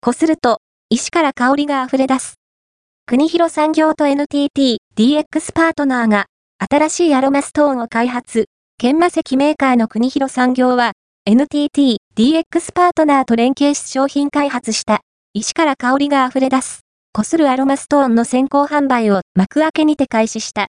こすると、石から香りが溢れ出す。国広産業と NTT DX パートナーが、新しいアロマストーンを開発。研磨石メーカーの国広産業は、NTT DX パートナーと連携し商品開発した、石から香りが溢れ出す。こするアロマストーンの先行販売を幕開けにて開始した。